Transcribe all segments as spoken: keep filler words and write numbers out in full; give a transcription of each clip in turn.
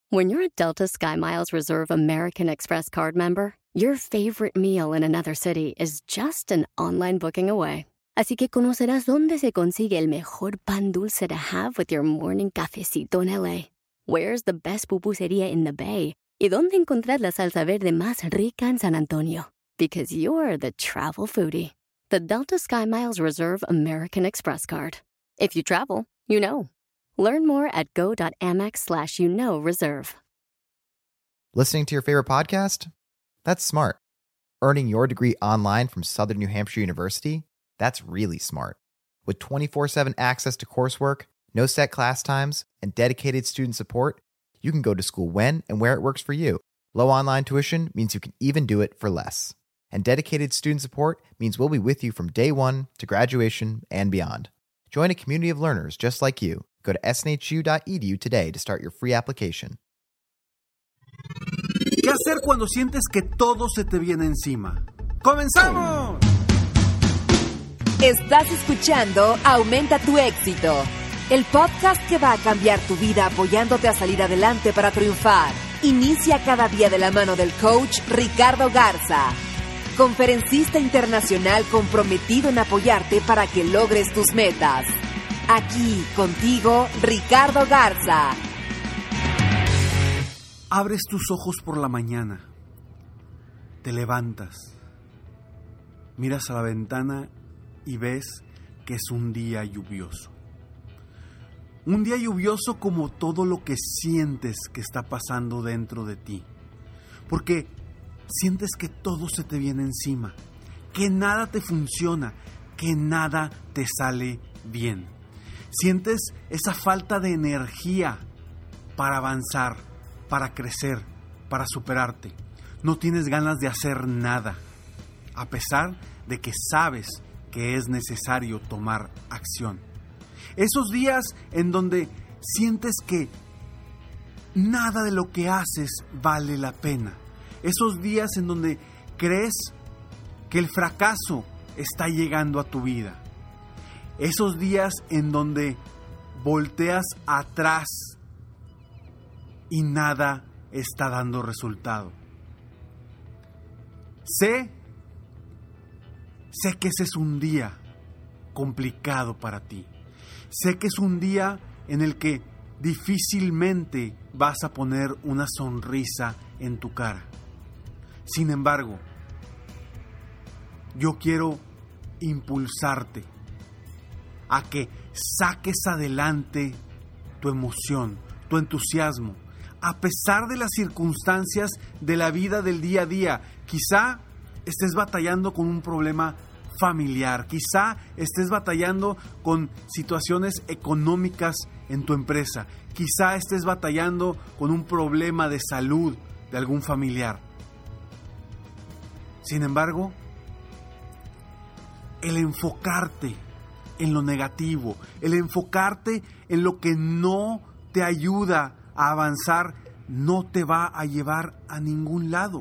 When you're a Delta SkyMiles Reserve American Express card member, your favorite meal in another city is just an online booking away. Así que conocerás dónde se consigue el mejor pan dulce to have with your morning cafecito en L A. Where's the best pupusería in the Bay? Y dónde encontrar la salsa verde más rica en San Antonio. Because you're the travel foodie. The Delta SkyMiles Reserve American Express card. If you travel, you know. Learn more at go.amex slash you know reserve. Listening to your favorite podcast? That's smart. Earning your degree online from Southern New Hampshire University? That's really smart. With twenty-four seven access to coursework, no set class times, and dedicated student support, you can go to school when and where it works for you. Low online tuition means you can even do it for less. And dedicated student support means we'll be with you from day one to graduation and beyond. Join a community of learners just like you. Go to s n h u dot e d u today to start your free application. ¿Qué hacer cuando sientes que todo se te viene encima? ¡Comenzamos! Estás escuchando Aumenta tu éxito, el podcast que va a cambiar tu vida apoyándote a salir adelante para triunfar. Inicia cada día de la mano del coach Ricardo Garza, conferencista internacional comprometido en apoyarte para que logres tus metas. Aquí, contigo, Ricardo Garza. Abres tus ojos por la mañana, te levantas, miras a la ventana y ves que es un día lluvioso. Un día lluvioso como todo lo que sientes que está pasando dentro de ti. Porque sientes que todo se te viene encima, que nada te funciona, que nada te sale bien. Sientes esa falta de energía para avanzar, para crecer, para superarte. No tienes ganas de hacer nada, a pesar de que sabes que es necesario tomar acción. Esos días en donde sientes que nada de lo que haces vale la pena. Esos días en donde crees que el fracaso está llegando a tu vida. Esos días en donde volteas atrás y nada está dando resultado. Sé, sé que ese es un día complicado para ti. Sé que es un día en el que difícilmente vas a poner una sonrisa en tu cara. Sin embargo, yo quiero impulsarte a que saques adelante tu emoción, tu entusiasmo, a pesar de las circunstancias de la vida del día a día. Quizá estés batallando con un problema familiar, quizá estés batallando con situaciones económicas en tu empresa, quizá estés batallando con un problema de salud de algún familiar. Sin embargo, el enfocarte en lo negativo, el enfocarte en lo que no te ayuda a avanzar, no te va a llevar a ningún lado.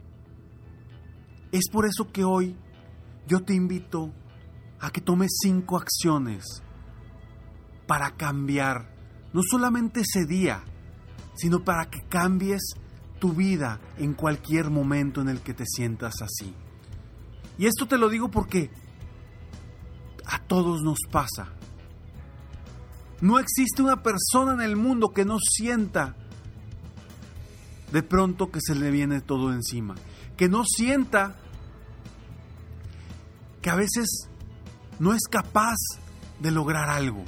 Es por eso que hoy yo te invito a que tomes cinco acciones para cambiar, no solamente ese día, sino para que cambies tu vida en cualquier momento en el que te sientas así. Y esto te lo digo porque a todos nos pasa. No existe una persona en el mundo que no sienta de pronto que se le viene todo encima, que no sienta que a veces no es capaz de lograr algo,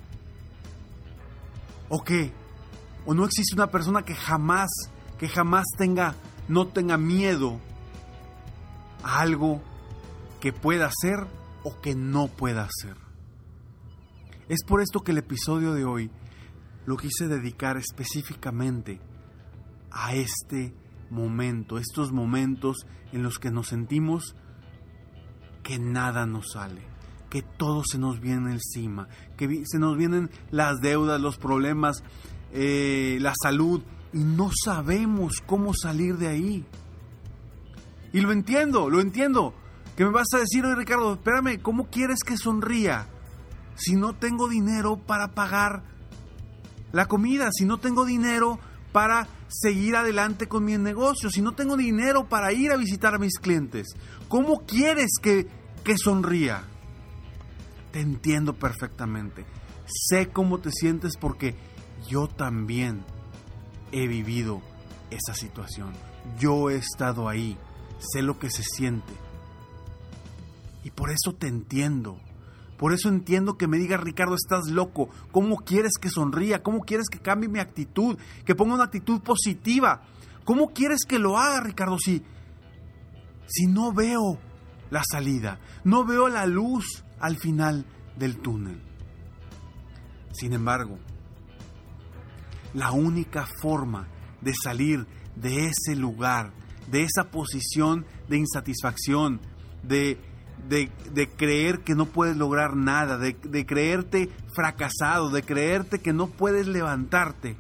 o que o no existe una persona que jamás que jamás tenga no tenga miedo a algo que pueda hacer o que no pueda hacer. Es por esto que el episodio de hoy lo quise dedicar específicamente a este momento, estos momentos en los que nos sentimos que nada nos sale, que todo se nos viene encima, que se nos vienen las deudas, los problemas, eh, la salud, y no sabemos cómo salir de ahí. Y lo entiendo, lo entiendo. Que me vas a decir, oye Ricardo, espérame, ¿cómo quieres que sonría si no tengo dinero para pagar la comida? Si no tengo dinero para seguir adelante con mi negocio? Si no tengo dinero para ir a visitar a mis clientes, ¿cómo quieres que, que sonría? Te entiendo perfectamente. Sé cómo te sientes porque yo también he vivido esa situación. Yo he estado ahí. Sé lo que se siente. Y por eso te entiendo. Por eso entiendo que me digas, Ricardo, estás loco. ¿Cómo quieres que sonría? ¿Cómo quieres que cambie mi actitud? Que ponga una actitud positiva. ¿Cómo quieres que lo haga, Ricardo? Si, si no veo la salida, no veo la luz al final del túnel. Sin embargo, la única forma de salir de ese lugar, de esa posición de insatisfacción, de, de, de creer que no puedes lograr nada, de, de creerte fracasado, de creerte que no puedes levantarte,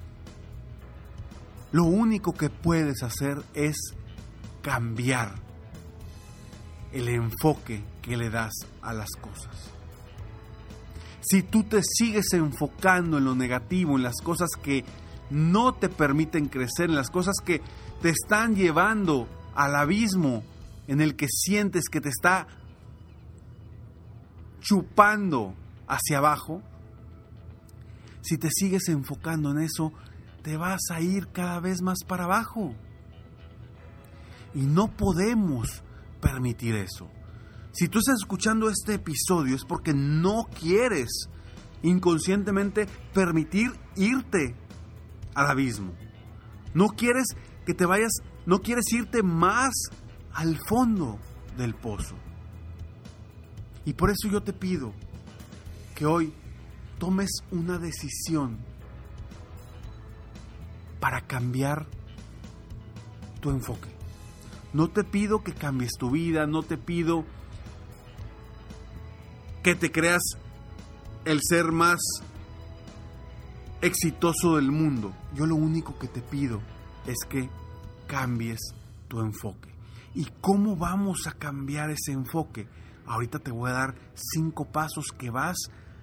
lo único que puedes hacer es cambiar el enfoque que le das a las cosas. Si tú te sigues enfocando en lo negativo, en las cosas que no te permiten crecer, en las cosas que te están llevando al abismo, en el que sientes que te está chupando hacia abajo, si te sigues enfocando en eso, te vas a ir cada vez más para abajo. Y no podemos permitir eso. Si tú estás escuchando este episodio es porque no quieres inconscientemente permitir irte al abismo. No quieres que te vayas, no quieres irte más al fondo del pozo. Y por eso yo te pido que hoy tomes una decisión para cambiar tu enfoque. No te pido que cambies tu vida, no te pido que te creas el ser más exitoso del mundo. Yo lo único que te pido es que cambies tu enfoque. ¿Y cómo vamos a cambiar ese enfoque? Ahorita te voy a dar cinco pasos que vas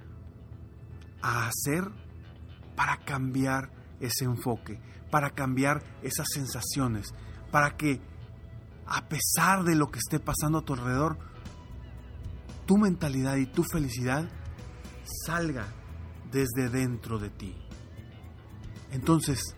a hacer para cambiar ese enfoque, para cambiar esas sensaciones, para que a pesar de lo que esté pasando a tu alrededor, tu mentalidad y tu felicidad salga desde dentro de ti. Entonces,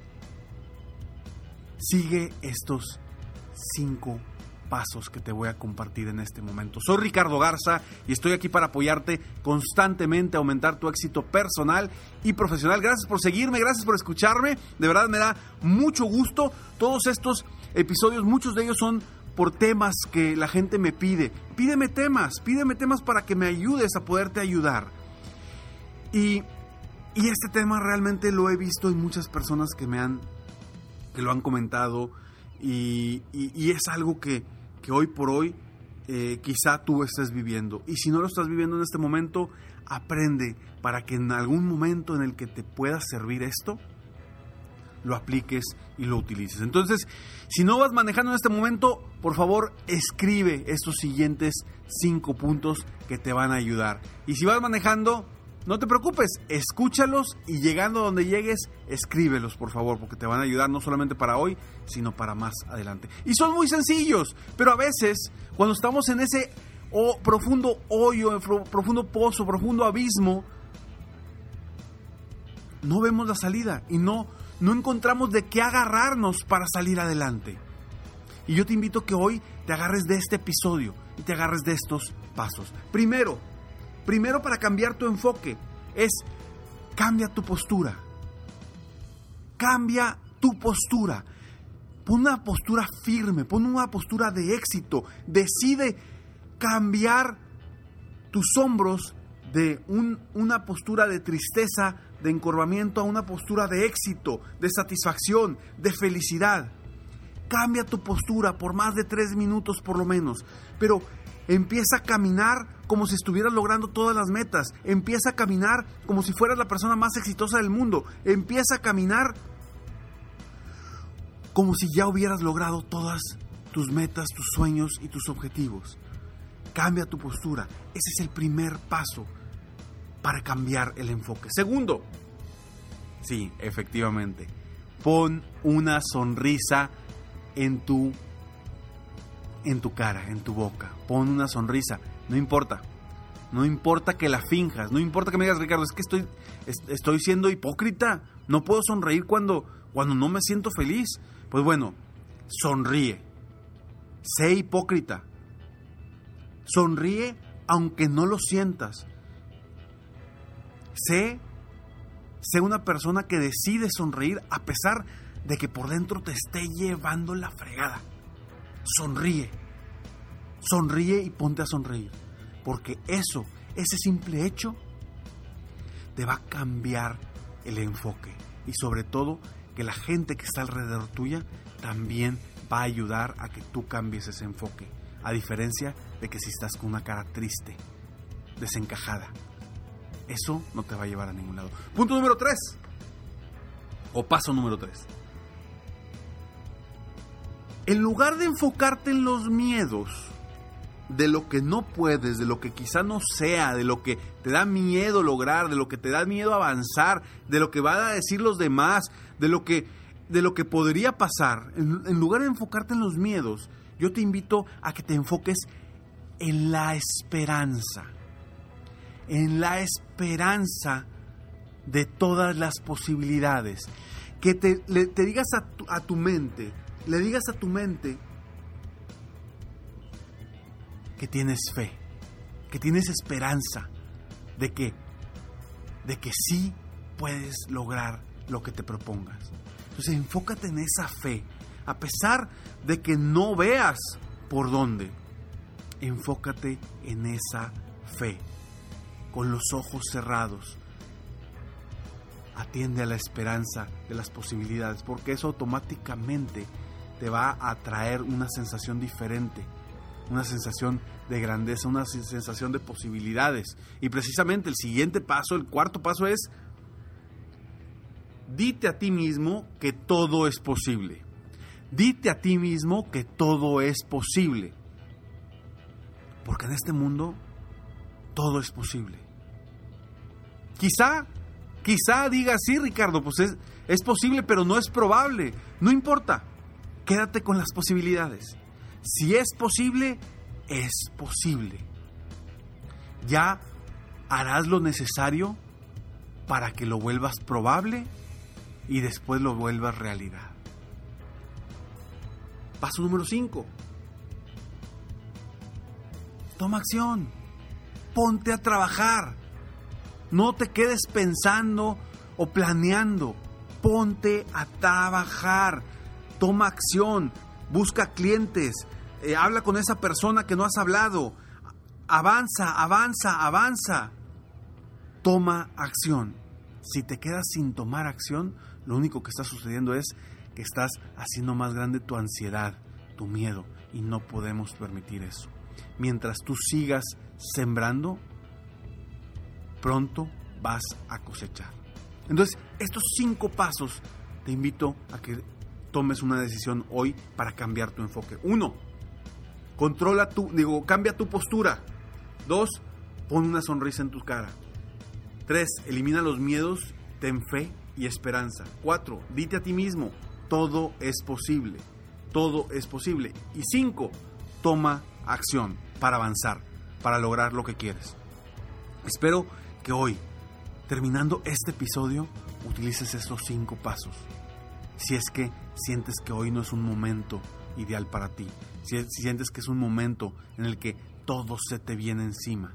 sigue estos cinco pasos que te voy a compartir en este momento. Soy Ricardo Garza y estoy aquí para apoyarte constantemente a aumentar tu éxito personal y profesional. Gracias por seguirme, gracias por escucharme. De verdad me da mucho gusto. Todos estos episodios, muchos de ellos son por temas que la gente me pide. Pídeme temas, pídeme temas para que me ayudes a poderte ayudar. Y, y este tema realmente lo he visto en muchas personas que me han, que lo han comentado y, y, y es algo que, que hoy por hoy eh, quizá tú estés viviendo. Y si no lo estás viviendo en este momento, aprende para que en algún momento en el que te pueda servir esto, lo apliques y lo utilices. Entonces, si no vas manejando en este momento, por favor, escribe estos siguientes cinco puntos que te van a ayudar. Y si vas manejando, no te preocupes, escúchalos y llegando a donde llegues, escríbelos, por favor, porque te van a ayudar no solamente para hoy, sino para más adelante. Y son muy sencillos, pero a veces, cuando estamos en ese oh, profundo hoyo, profundo pozo, profundo abismo, no vemos la salida y no No encontramos de qué agarrarnos para salir adelante. Y yo te invito a que hoy te agarres de este episodio y te agarres de estos pasos. Primero, primero para cambiar tu enfoque es cambia tu postura. Cambia tu postura. Pon una postura firme, pon una postura de éxito. Decide cambiar tus hombros de un, una postura de tristeza, de encorvamiento, a una postura de éxito, de satisfacción, de felicidad. Cambia tu postura por más de tres minutos por lo menos, pero empieza a caminar como si estuvieras logrando todas las metas. Empieza a caminar como si fueras la persona más exitosa del mundo. Empieza a caminar como si ya hubieras logrado todas tus metas, tus sueños y tus objetivos. Cambia tu postura. Ese es el primer paso para cambiar el enfoque. Segundo, sí, efectivamente, Pon una sonrisa en tu, en tu cara, en tu boca. Pon una sonrisa. No importa. No importa que la finjas. No importa que me digas, Ricardo, es que estoy, estoy siendo hipócrita. No puedo sonreír cuando, cuando no me siento feliz. Pues bueno, sonríe. Sé hipócrita. Sonríe aunque no lo sientas. Sé, sé una persona que decide sonreír a pesar de que por dentro te esté llevando la fregada. Sonríe. Sonríe y ponte a sonreír. Porque eso, ese simple hecho, te va a cambiar el enfoque. Y sobre todo, que la gente que está alrededor tuya también va a ayudar a que tú cambies ese enfoque. A diferencia de que si estás con una cara triste, desencajada. Eso no te va a llevar a ningún lado. Punto número tres. O paso número tres. En lugar de enfocarte en los miedos, de lo que no puedes, de lo que quizá no sea, de lo que te da miedo lograr, de lo que te da miedo avanzar, de lo que van a decir los demás, de lo que, de lo que podría pasar, en, en lugar de enfocarte en los miedos, yo te invito a que te enfoques en la esperanza, en la esperanza de todas las posibilidades, que te, le, te digas a tu, a tu mente, le digas a tu mente que tienes fe, que tienes esperanza de que, de que sí puedes lograr lo que te propongas. Entonces enfócate en esa fe, a pesar de que no veas por dónde, enfócate en esa fe, con los ojos cerrados. Atiende a la esperanza de las posibilidades, porque eso automáticamente te va a traer una sensación diferente, una sensación de grandeza, una sensación de posibilidades. Y precisamente el siguiente paso, el cuarto paso es: dite a ti mismo que todo es posible. Dite a ti mismo que todo es posible. Porque en este mundo todo es posible. Quizá, quizá digas, sí, Ricardo, pues es, es posible, pero no es probable. No importa. Quédate con las posibilidades. Si es posible, es posible. Ya harás lo necesario para que lo vuelvas probable y después lo vuelvas realidad. Paso número cinco. Toma acción. Ponte a trabajar. No te quedes pensando o planeando. Ponte a trabajar. Toma acción. Busca clientes. Eh, habla con esa persona que no has hablado. Avanza, avanza, avanza. Toma acción. Si te quedas sin tomar acción, lo único que está sucediendo es que estás haciendo más grande tu ansiedad, tu miedo, y no podemos permitir eso. Mientras tú sigas sembrando, pronto vas a cosechar. Entonces, estos cinco pasos te invito a que tomes una decisión hoy para cambiar tu enfoque. Uno, controla tu, digo, cambia tu postura. Dos, pon una sonrisa en tu cara. Tres, elimina los miedos, ten fe y esperanza. Cuatro, dite a ti mismo, todo es posible. Todo es posible. Y cinco, toma acción para avanzar, para lograr lo que quieres. Espero que hoy, terminando este episodio, utilices estos cinco pasos. Si es que sientes que hoy no es un momento ideal para ti, si, si sientes que es un momento en el que todo se te viene encima.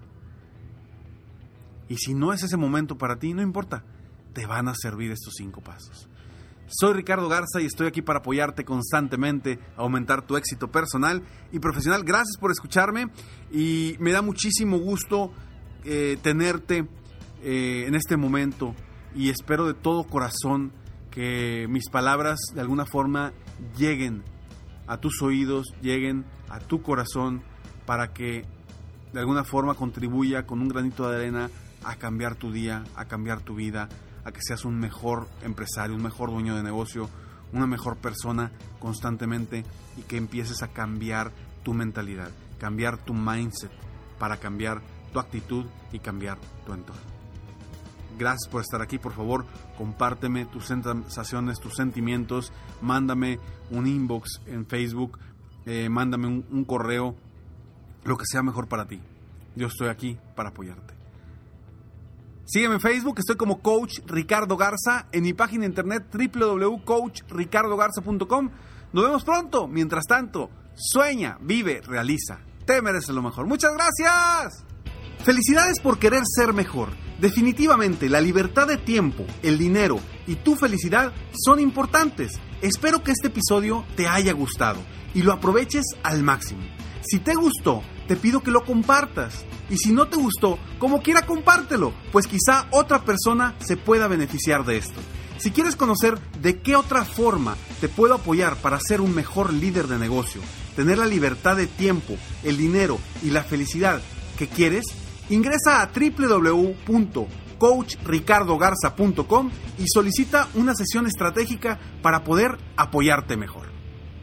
Y si no es ese momento para ti, no importa, te van a servir estos cinco pasos. Soy Ricardo Garza y estoy aquí para apoyarte constantemente a aumentar tu éxito personal y profesional. Gracias por escucharme y me da muchísimo gusto eh, tenerte eh, en este momento, y espero de todo corazón que mis palabras de alguna forma lleguen a tus oídos, lleguen a tu corazón, para que de alguna forma contribuya con un granito de arena a cambiar tu día, a cambiar tu vida, a que seas un mejor empresario, un mejor dueño de negocio, una mejor persona constantemente, y que empieces a cambiar tu mentalidad, cambiar tu mindset para cambiar tu actitud y cambiar tu entorno. gracias por estar aquí. Por favor, compárteme tus sensaciones, tus sentimientos. Mándame un inbox en Facebook, eh, mándame un, un correo, lo que sea mejor para ti. Yo estoy aquí para apoyarte. Sígueme en Facebook, estoy como Coach Ricardo Garza, en mi página de internet doble u doble u doble u punto coach ricardo garza punto com. Nos vemos pronto. Mientras tanto, sueña, vive, realiza. Te mereces lo mejor. ¡Muchas gracias! Felicidades por querer ser mejor. Definitivamente, la libertad de tiempo, el dinero y tu felicidad son importantes. Espero que este episodio te haya gustado y lo aproveches al máximo. Si te gustó, te pido que lo compartas. Y si no te gustó, como quiera compártelo, pues quizá otra persona se pueda beneficiar de esto. Si quieres conocer de qué otra forma te puedo apoyar para ser un mejor líder de negocio, tener la libertad de tiempo, el dinero y la felicidad que quieres, ingresa a doble u doble u doble u punto coach ricardo garza punto com y solicita una sesión estratégica para poder apoyarte mejor.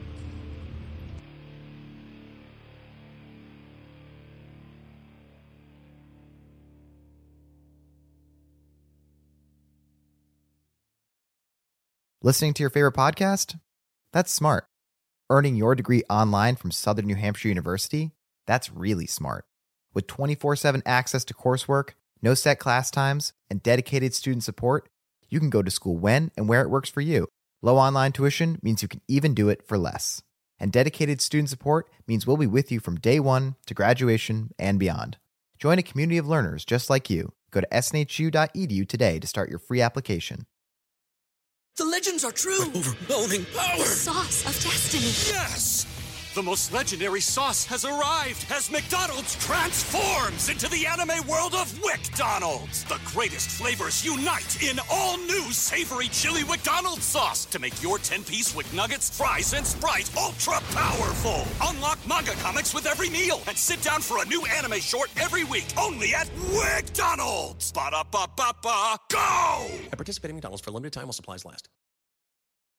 Listening to your favorite podcast? That's smart. Earning your degree online from Southern New Hampshire University? That's really smart. With twenty-four seven access to coursework, no set class times, and dedicated student support, you can go to school when and where it works for you. Low online tuition means you can even do it for less. And dedicated student support means we'll be with you from day one to graduation and beyond. Join a community of learners just like you. Go to s n h u dot e d u today to start your free application. The legends are true. Overwhelming power! The sauce of destiny. Yes! The most legendary sauce has arrived as McDonald's transforms into the anime world of WickDonald's. The greatest flavors unite in all new savory chili McDonald's sauce to make your ten-piece Wick Nuggets, fries, and Sprite ultra-powerful. Unlock manga comics with every meal and sit down for a new anime short every week only at WickDonald's. Ba-da-ba-ba-ba, go! At participating McDonald's for a limited time while supplies last.